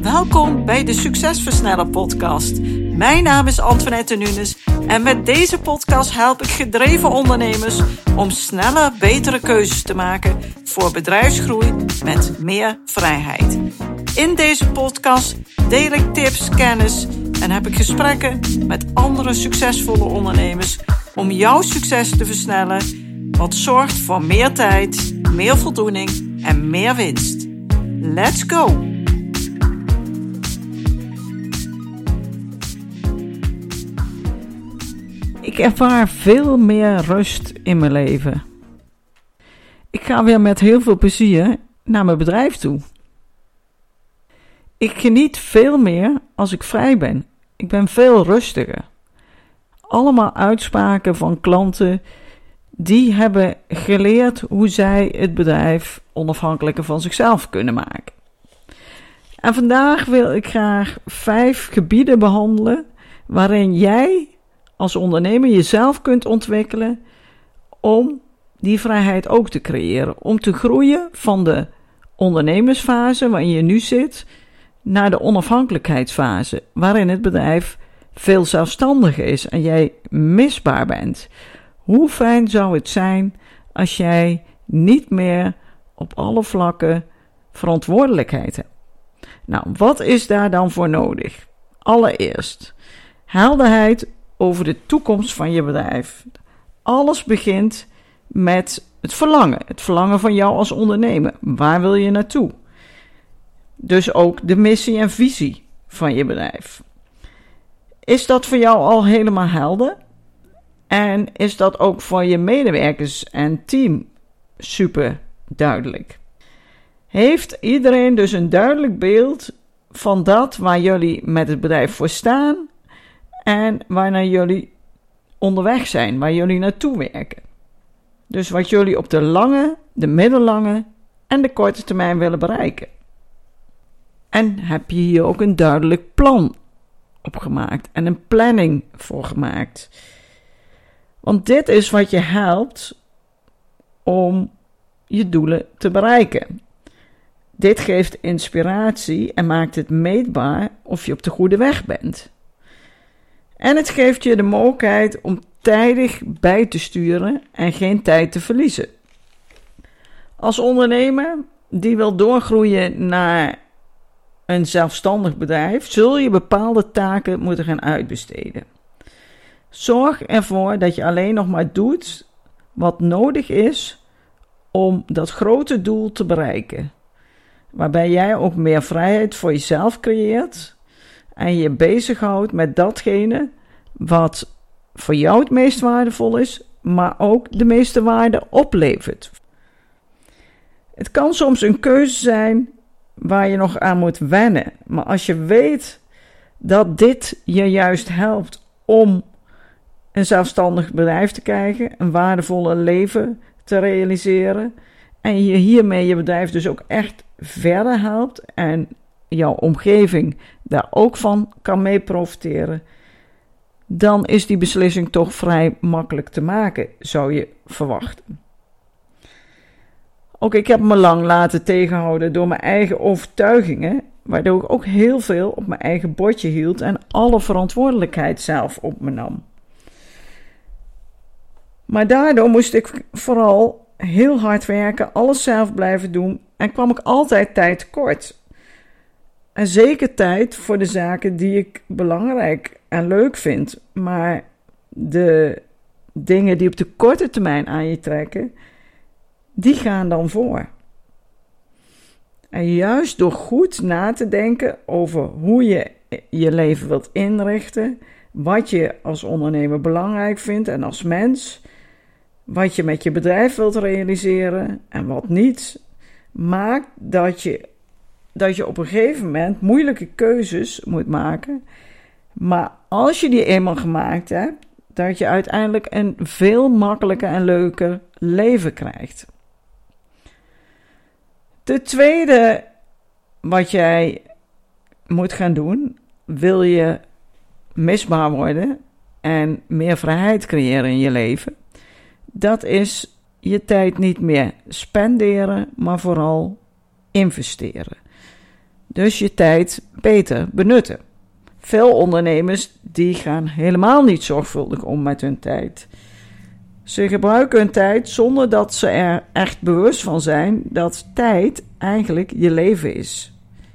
Welkom bij de Succesversneller podcast. Mijn naam is Antoinette Nunes en met deze podcast help ik gedreven ondernemers om snelle, betere keuzes te maken voor bedrijfsgroei met meer vrijheid. In deze podcast deel ik tips, kennis en heb ik gesprekken met andere succesvolle ondernemers om jouw succes te versnellen, wat zorgt voor meer tijd, meer voldoening en meer winst. Let's go! Ik ervaar veel meer rust in mijn leven. Ik ga weer met heel veel plezier naar mijn bedrijf toe. Ik geniet veel meer als ik vrij ben. Ik ben veel rustiger. Allemaal uitspraken van klanten die hebben geleerd hoe zij het bedrijf onafhankelijker van zichzelf kunnen maken. En vandaag wil ik graag 5 gebieden behandelen waarin jij als ondernemer jezelf kunt ontwikkelen om die vrijheid ook te creëren. Om te groeien van de ondernemersfase waarin je nu zit naar de onafhankelijkheidsfase waarin het bedrijf veel zelfstandiger is en jij misbaar bent. Hoe fijn zou het zijn als jij niet meer op alle vlakken verantwoordelijkheid hebt? Nou, wat is daar dan voor nodig? Allereerst, helderheid over de toekomst van je bedrijf. Alles begint met het verlangen. Het verlangen van jou als ondernemer. Waar wil je naartoe? Dus ook de missie en visie van je bedrijf. Is dat voor jou al helemaal helder? En is dat ook voor je medewerkers en team super duidelijk? Heeft iedereen dus een duidelijk beeld van dat waar jullie met het bedrijf voor staan en waarnaar jullie onderweg zijn, waar jullie naartoe werken? Dus wat jullie op de lange, de middellange en de korte termijn willen bereiken. En heb je hier ook een duidelijk plan op gemaakt en een planning voor gemaakt? Want dit is wat je helpt om je doelen te bereiken. Dit geeft inspiratie en maakt het meetbaar of je op de goede weg bent. En het geeft je de mogelijkheid om tijdig bij te sturen en geen tijd te verliezen. Als ondernemer die wil doorgroeien naar een zelfstandig bedrijf, zul je bepaalde taken moeten gaan uitbesteden. Zorg ervoor dat je alleen nog maar doet wat nodig is om dat grote doel te bereiken. Waarbij jij ook meer vrijheid voor jezelf creëert en je bezighoudt met datgene wat voor jou het meest waardevol is, maar ook de meeste waarde oplevert. Het kan soms een keuze zijn waar je nog aan moet wennen, maar als je weet dat dit je juist helpt om een zelfstandig bedrijf te krijgen, een waardevolle leven te realiseren en je hiermee je bedrijf dus ook echt verder helpt en jouw omgeving daar ook van kan mee profiteren, dan is die beslissing toch vrij makkelijk te maken, zou je verwachten. Ook ik heb me lang laten tegenhouden door mijn eigen overtuigingen, waardoor ik ook heel veel op mijn eigen bordje hield en alle verantwoordelijkheid zelf op me nam. Maar daardoor moest ik vooral heel hard werken, alles zelf blijven doen en kwam ik altijd tijd tekort. En zeker tijd voor de zaken die ik belangrijk en leuk vind. Maar de dingen die op de korte termijn aan je trekken, die gaan dan voor. En juist door goed na te denken over hoe je je leven wilt inrichten, wat je als ondernemer belangrijk vindt en als mens, wat je met je bedrijf wilt realiseren en wat niet, maakt dat je op een gegeven moment moeilijke keuzes moet maken. Maar als je die eenmaal gemaakt hebt, dat je uiteindelijk een veel makkelijker en leuker leven krijgt. De tweede wat jij moet gaan doen, wil je misbaar worden en meer vrijheid creëren in je leven, dat is je tijd niet meer spenderen, maar vooral investeren. Dus je tijd beter benutten. Veel ondernemers die gaan helemaal niet zorgvuldig om met hun tijd. Ze gebruiken hun tijd zonder dat ze er echt bewust van zijn dat tijd eigenlijk je leven is.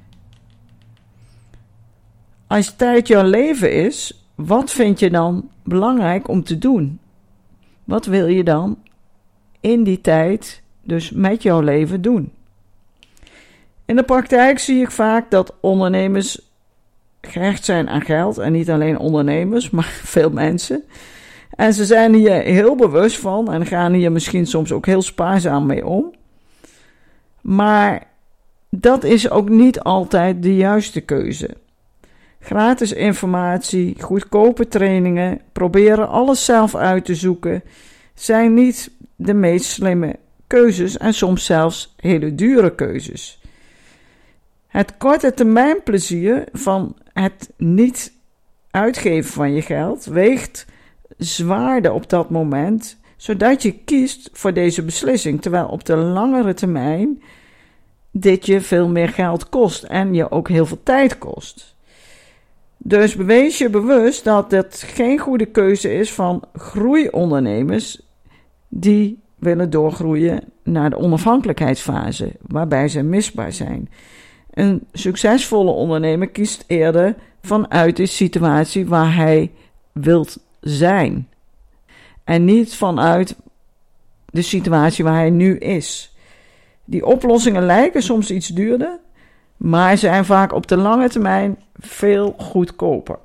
Als tijd jouw leven is, wat vind je dan belangrijk om te doen? Wat wil je dan in die tijd, dus met jouw leven, doen? In de praktijk zie ik vaak dat ondernemers gehecht zijn aan geld. En niet alleen ondernemers, maar veel mensen. En ze zijn hier heel bewust van en gaan hier misschien soms ook heel spaarzaam mee om. Maar dat is ook niet altijd de juiste keuze. Gratis informatie, goedkope trainingen, proberen alles zelf uit te zoeken, zijn niet de meest slimme keuzes en soms zelfs hele dure keuzes. Het korte termijn plezier van het niet uitgeven van je geld weegt zwaarder op dat moment, zodat je kiest voor deze beslissing, terwijl op de langere termijn dit je veel meer geld kost en je ook heel veel tijd kost. Dus wees je bewust dat het geen goede keuze is van groeiondernemers die willen doorgroeien naar de onafhankelijkheidsfase, waarbij ze misbaar zijn. Een succesvolle ondernemer kiest eerder vanuit de situatie waar hij wilt zijn. En niet vanuit de situatie waar hij nu is. Die oplossingen lijken soms iets duurder, maar zijn vaak op de lange termijn veel goedkoper.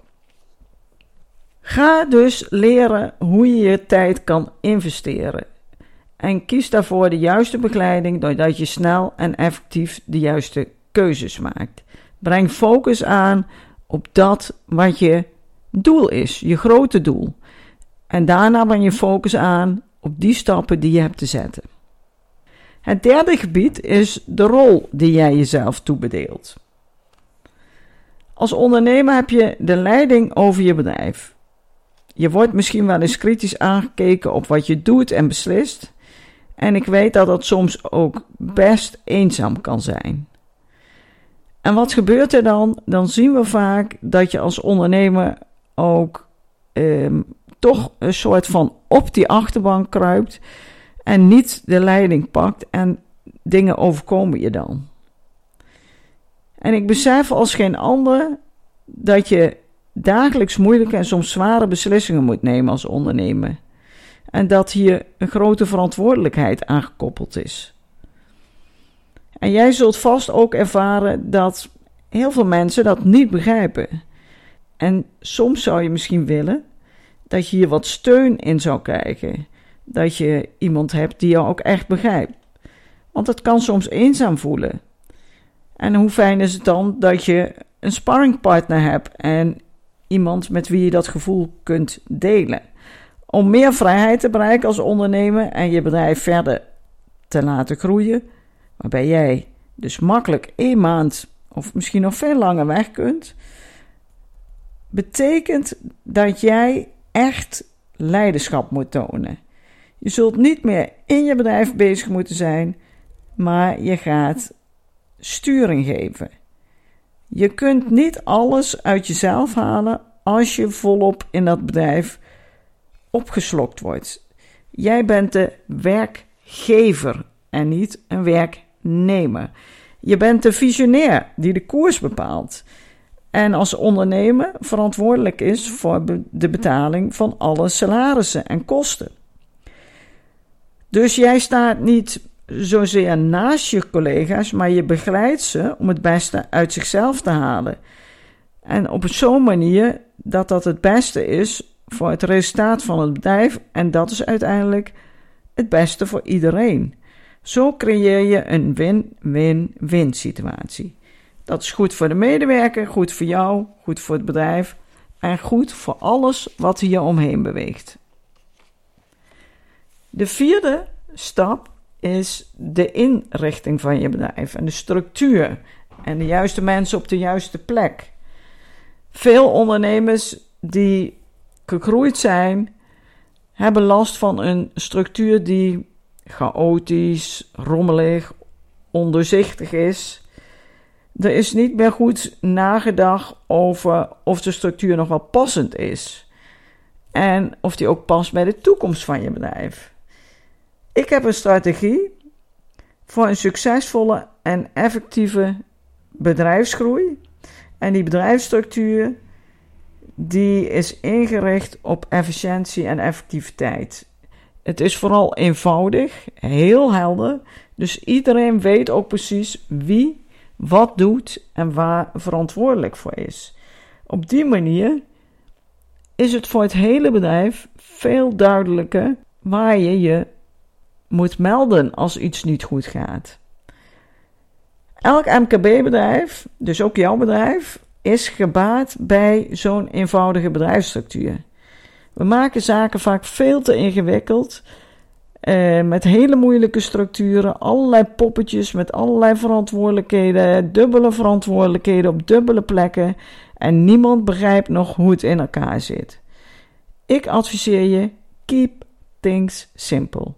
Ga dus leren hoe je je tijd kan investeren. En kies daarvoor de juiste begeleiding doordat je snel en effectief de juiste keuzes maakt. Breng focus aan op dat wat je doel is, je grote doel. En daarna breng je focus aan op die stappen die je hebt te zetten. Het derde gebied is de rol die jij jezelf toebedeelt. Als ondernemer heb je de leiding over je bedrijf. Je wordt misschien wel eens kritisch aangekeken op wat je doet en beslist. En ik weet dat dat soms ook best eenzaam kan zijn. En wat gebeurt er dan? Dan zien we vaak dat je als ondernemer ook toch een soort van op die achterbank kruipt en niet de leiding pakt en dingen overkomen je dan. En ik besef als geen ander dat je dagelijks moeilijke en soms zware beslissingen moet nemen als ondernemer. En dat hier een grote verantwoordelijkheid aan gekoppeld is. En jij zult vast ook ervaren dat heel veel mensen dat niet begrijpen. En soms zou je misschien willen dat je hier wat steun in zou krijgen. Dat je iemand hebt die jou ook echt begrijpt. Want het kan soms eenzaam voelen. En hoe fijn is het dan dat je een sparringpartner hebt en iemand met wie je dat gevoel kunt delen. Om meer vrijheid te bereiken als ondernemer en je bedrijf verder te laten groeien, waarbij jij dus makkelijk 1 maand of misschien nog veel langer weg kunt, betekent dat jij echt leiderschap moet tonen. Je zult niet meer in je bedrijf bezig moeten zijn, maar je gaat sturing geven. Je kunt niet alles uit jezelf halen als je volop in dat bedrijf opgeslokt wordt. Jij bent de werkgever en niet een werknemer. Je bent de visionair die de koers bepaalt. En als ondernemer verantwoordelijk is voor de betaling van alle salarissen en kosten. Dus jij staat niet zozeer naast je collega's, maar je begeleidt ze om het beste uit zichzelf te halen. En op zo'n manier dat dat het beste is voor het resultaat van het bedrijf en dat is uiteindelijk het beste voor iedereen. Zo creëer je een win-win-win situatie. Dat is goed voor de medewerker, goed voor jou, goed voor het bedrijf en goed voor alles wat hier omheen beweegt. De 4e stap is de inrichting van je bedrijf en de structuur en de juiste mensen op de juiste plek. Veel ondernemers die gegroeid zijn, hebben last van een structuur die chaotisch, rommelig, ondoorzichtig is. Er is niet meer goed nagedacht over of de structuur nog wel passend is. En of die ook past bij de toekomst van je bedrijf. Ik heb een strategie voor een succesvolle en effectieve bedrijfsgroei. En die bedrijfsstructuur die is ingericht op efficiëntie en effectiviteit. Het is vooral eenvoudig, heel helder. Dus iedereen weet ook precies wie wat doet en waar verantwoordelijk voor is. Op die manier is het voor het hele bedrijf veel duidelijker waar je je moet melden als iets niet goed gaat. Elk MKB-bedrijf, dus ook jouw bedrijf, is gebaat bij zo'n eenvoudige bedrijfsstructuur. We maken zaken vaak veel te ingewikkeld, met hele moeilijke structuren, allerlei poppetjes met allerlei verantwoordelijkheden, dubbele verantwoordelijkheden op dubbele plekken en niemand begrijpt nog hoe het in elkaar zit. Ik adviseer je, keep things simple.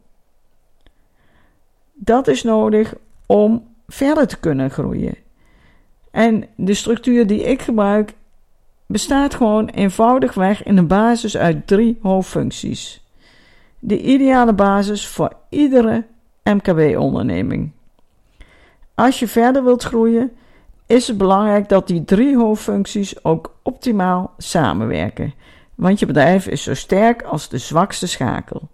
Dat is nodig om verder te kunnen groeien. En de structuur die ik gebruik bestaat gewoon eenvoudigweg in de basis uit 3 hoofdfuncties. De ideale basis voor iedere MKB-onderneming. Als je verder wilt groeien, is het belangrijk dat die 3 hoofdfuncties ook optimaal samenwerken. Want je bedrijf is zo sterk als de zwakste schakel.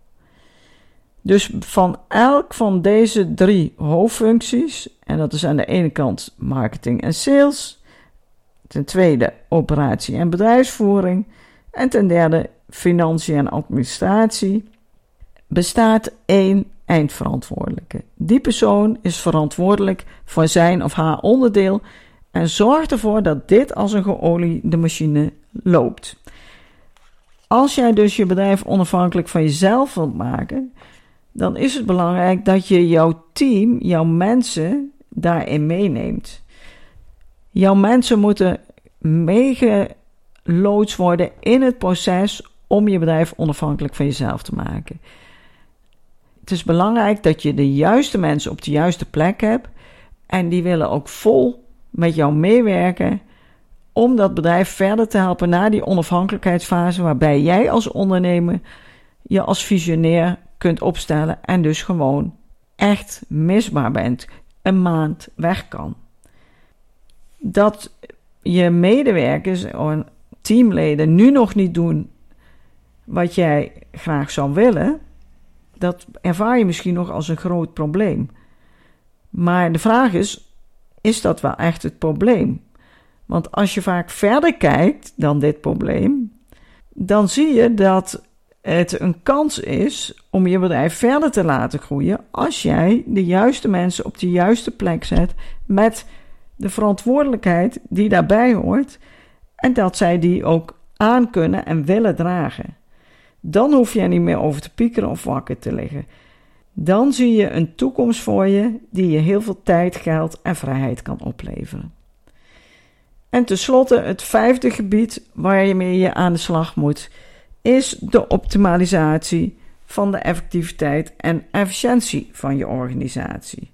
Dus van elk van deze 3 hoofdfuncties, en dat is aan de ene kant marketing en sales, ten tweede operatie en bedrijfsvoering en ten derde financiën en administratie, bestaat 1 eindverantwoordelijke. Die persoon is verantwoordelijk voor zijn of haar onderdeel en zorgt ervoor dat dit als een geoliede machine loopt. Als jij dus je bedrijf onafhankelijk van jezelf wilt maken, dan is het belangrijk dat je jouw team, jouw mensen, daarin meeneemt. Jouw mensen moeten meegeloodst worden in het proces om je bedrijf onafhankelijk van jezelf te maken. Het is belangrijk dat je de juiste mensen op de juiste plek hebt en die willen ook vol met jou meewerken om dat bedrijf verder te helpen naar die onafhankelijkheidsfase waarbij jij als ondernemer je als visionair kunt opstellen en dus gewoon echt misbaar bent, een maand weg kan. Dat je medewerkers en teamleden nu nog niet doen wat jij graag zou willen, dat ervaar je misschien nog als een groot probleem. Maar de vraag is dat wel echt het probleem? Want als je vaak verder kijkt dan dit probleem, dan zie je dat het een kans is om je bedrijf verder te laten groeien als jij de juiste mensen op de juiste plek zet met de verantwoordelijkheid die daarbij hoort en dat zij die ook aan kunnen en willen dragen. Dan hoef je er niet meer over te piekeren of wakker te liggen. Dan zie je een toekomst voor je die je heel veel tijd, geld en vrijheid kan opleveren. En tenslotte het 5e gebied waar je mee aan de slag moet, is de optimalisatie van de effectiviteit en efficiëntie van je organisatie.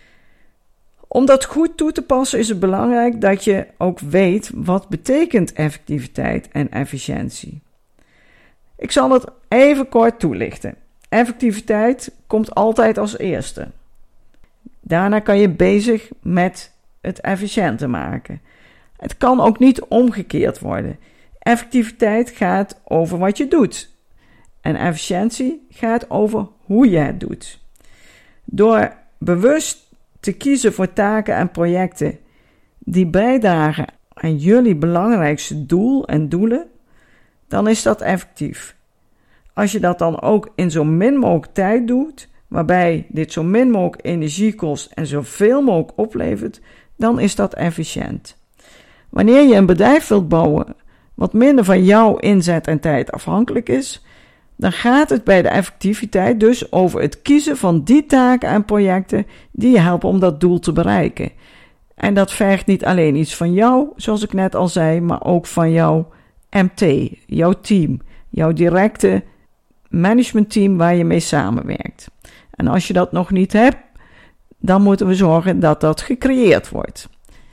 Om dat goed toe te passen is het belangrijk dat je ook weet wat betekent effectiviteit en efficiëntie. Ik zal het even kort toelichten. Effectiviteit komt altijd als eerste. Daarna kan je bezig met het efficiënter maken. Het kan ook niet omgekeerd worden. Effectiviteit gaat over wat je doet. En efficiëntie gaat over hoe je het doet. Door bewust te kiezen voor taken en projecten die bijdragen aan jullie belangrijkste doel en doelen, dan is dat effectief. Als je dat dan ook in zo min mogelijk tijd doet, waarbij dit zo min mogelijk energie kost en zoveel mogelijk oplevert, dan is dat efficiënt. Wanneer je een bedrijf wilt bouwen wat minder van jouw inzet en tijd afhankelijk is, dan gaat het bij de effectiviteit dus over het kiezen van die taken en projecten die je helpen om dat doel te bereiken. En dat vergt niet alleen iets van jou, zoals ik net al zei, maar ook van jouw MT, jouw team, jouw directe managementteam waar je mee samenwerkt. En als je dat nog niet hebt, dan moeten we zorgen dat dat gecreëerd wordt.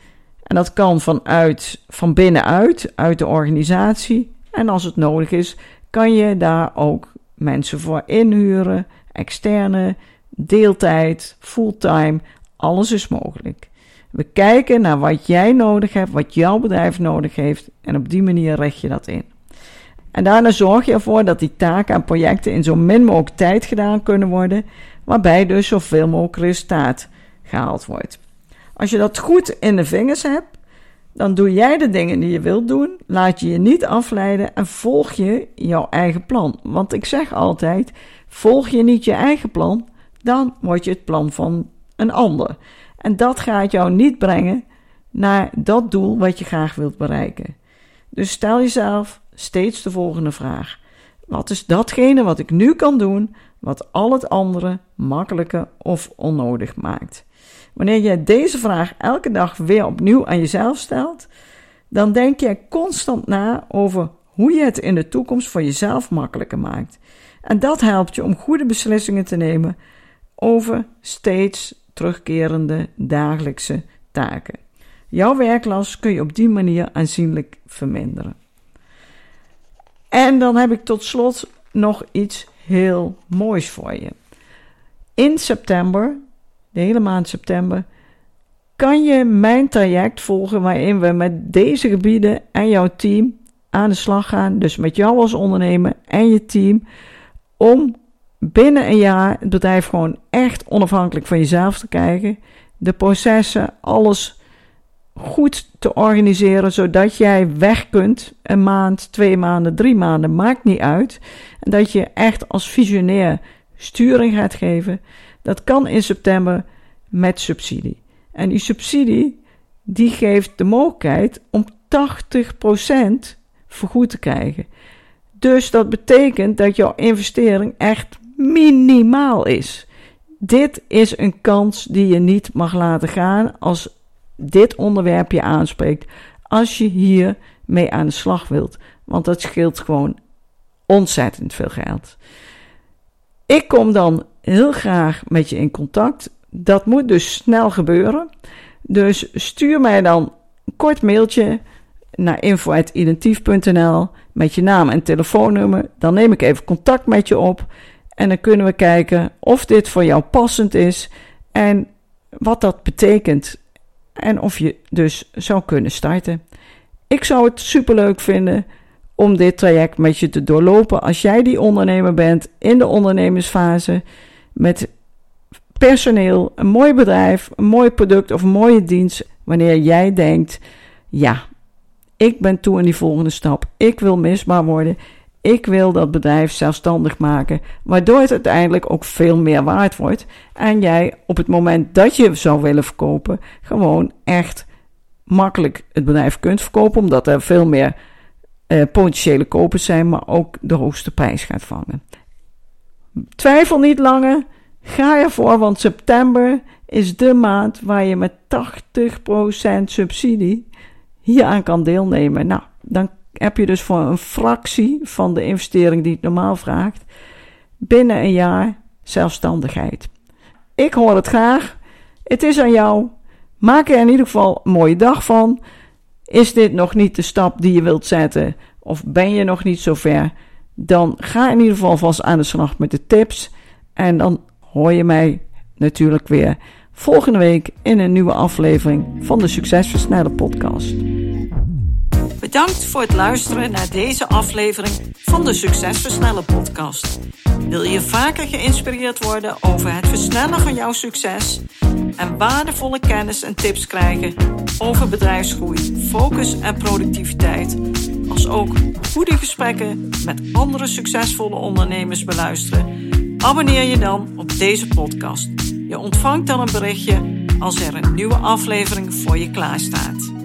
En dat kan van binnenuit, uit de organisatie. En als het nodig is, kan je daar ook mensen voor inhuren, externe, deeltijd, fulltime, alles is mogelijk. We kijken naar wat jij nodig hebt, wat jouw bedrijf nodig heeft en op die manier richt je dat in. En daarna zorg je ervoor dat die taken en projecten in zo min mogelijk tijd gedaan kunnen worden, waarbij dus zoveel mogelijk resultaat gehaald wordt. Als je dat goed in de vingers hebt, dan doe jij de dingen die je wilt doen, laat je je niet afleiden en volg je jouw eigen plan. Want ik zeg altijd, volg je niet je eigen plan, dan word je het plan van een ander. En dat gaat jou niet brengen naar dat doel wat je graag wilt bereiken. Dus stel jezelf steeds de volgende vraag. Wat is datgene wat ik nu kan doen, wat al het andere makkelijker of onnodig maakt? Wanneer je deze vraag elke dag weer opnieuw aan jezelf stelt, dan denk je constant na over hoe je het in de toekomst voor jezelf makkelijker maakt. En dat helpt je om goede beslissingen te nemen over steeds terugkerende dagelijkse taken. Jouw werklast kun je op die manier aanzienlijk verminderen. En dan heb ik tot slot nog iets heel moois voor je. In september, de hele maand september, kan je mijn traject volgen waarin we met deze gebieden en jouw team aan de slag gaan. Dus met jou als ondernemer en je team, om binnen een jaar het bedrijf gewoon echt onafhankelijk van jezelf te krijgen. De processen, alles goed te organiseren, zodat jij weg kunt. Een maand, 2 maanden, 3 maanden, maakt niet uit. En dat je echt als visionair sturing gaat geven. Dat kan in september met subsidie. En die subsidie, die geeft de mogelijkheid om 80% vergoed te krijgen. Dus dat betekent dat jouw investering echt minimaal is. Dit is een kans die je niet mag laten gaan als dit onderwerp je aanspreekt. Als je hier mee aan de slag wilt. Want dat scheelt gewoon ontzettend veel geld. Ik kom dan heel graag met je in contact. Dat moet dus snel gebeuren. Dus stuur mij dan een kort mailtje naar info@identief.nl met je naam en telefoonnummer. Dan neem ik even contact met je op. En dan kunnen we kijken of dit voor jou passend is. En wat dat betekent. En of je dus zou kunnen starten. Ik zou het superleuk vinden om dit traject met je te doorlopen. Als jij die ondernemer bent in de ondernemersfase. Met personeel, een mooi bedrijf, een mooi product of een mooie dienst. Wanneer jij denkt, ja, ik ben toe in die volgende stap. Ik wil misbaar worden. Ik wil dat bedrijf zelfstandig maken. Waardoor het uiteindelijk ook veel meer waard wordt. En jij op het moment dat je zou willen verkopen, gewoon echt makkelijk het bedrijf kunt verkopen. Omdat er veel meer potentiële kopers zijn, maar ook de hoogste prijs gaat vangen. Twijfel niet langer. Ga ervoor, want september is de maand waar je met 80% subsidie hieraan kan deelnemen. Nou, dan heb je dus voor een fractie van de investering die het normaal vraagt, binnen een jaar zelfstandigheid. Ik hoor het graag. Het is aan jou. Maak er in ieder geval een mooie dag van. Is dit nog niet de stap die je wilt zetten? Of ben je nog niet zo ver? Dan ga in ieder geval vast aan de slag met de tips. En dan hoor je mij natuurlijk weer volgende week in een nieuwe aflevering van de Succesversneller podcast. Bedankt voor het luisteren naar deze aflevering van de Succesversneller podcast. Wil je vaker geïnspireerd worden over het versnellen van jouw succes en waardevolle kennis en tips krijgen over bedrijfsgroei, focus en productiviteit, als ook goede gesprekken met andere succesvolle ondernemers beluisteren? Abonneer je dan op deze podcast. Je ontvangt dan een berichtje als er een nieuwe aflevering voor je klaar staat.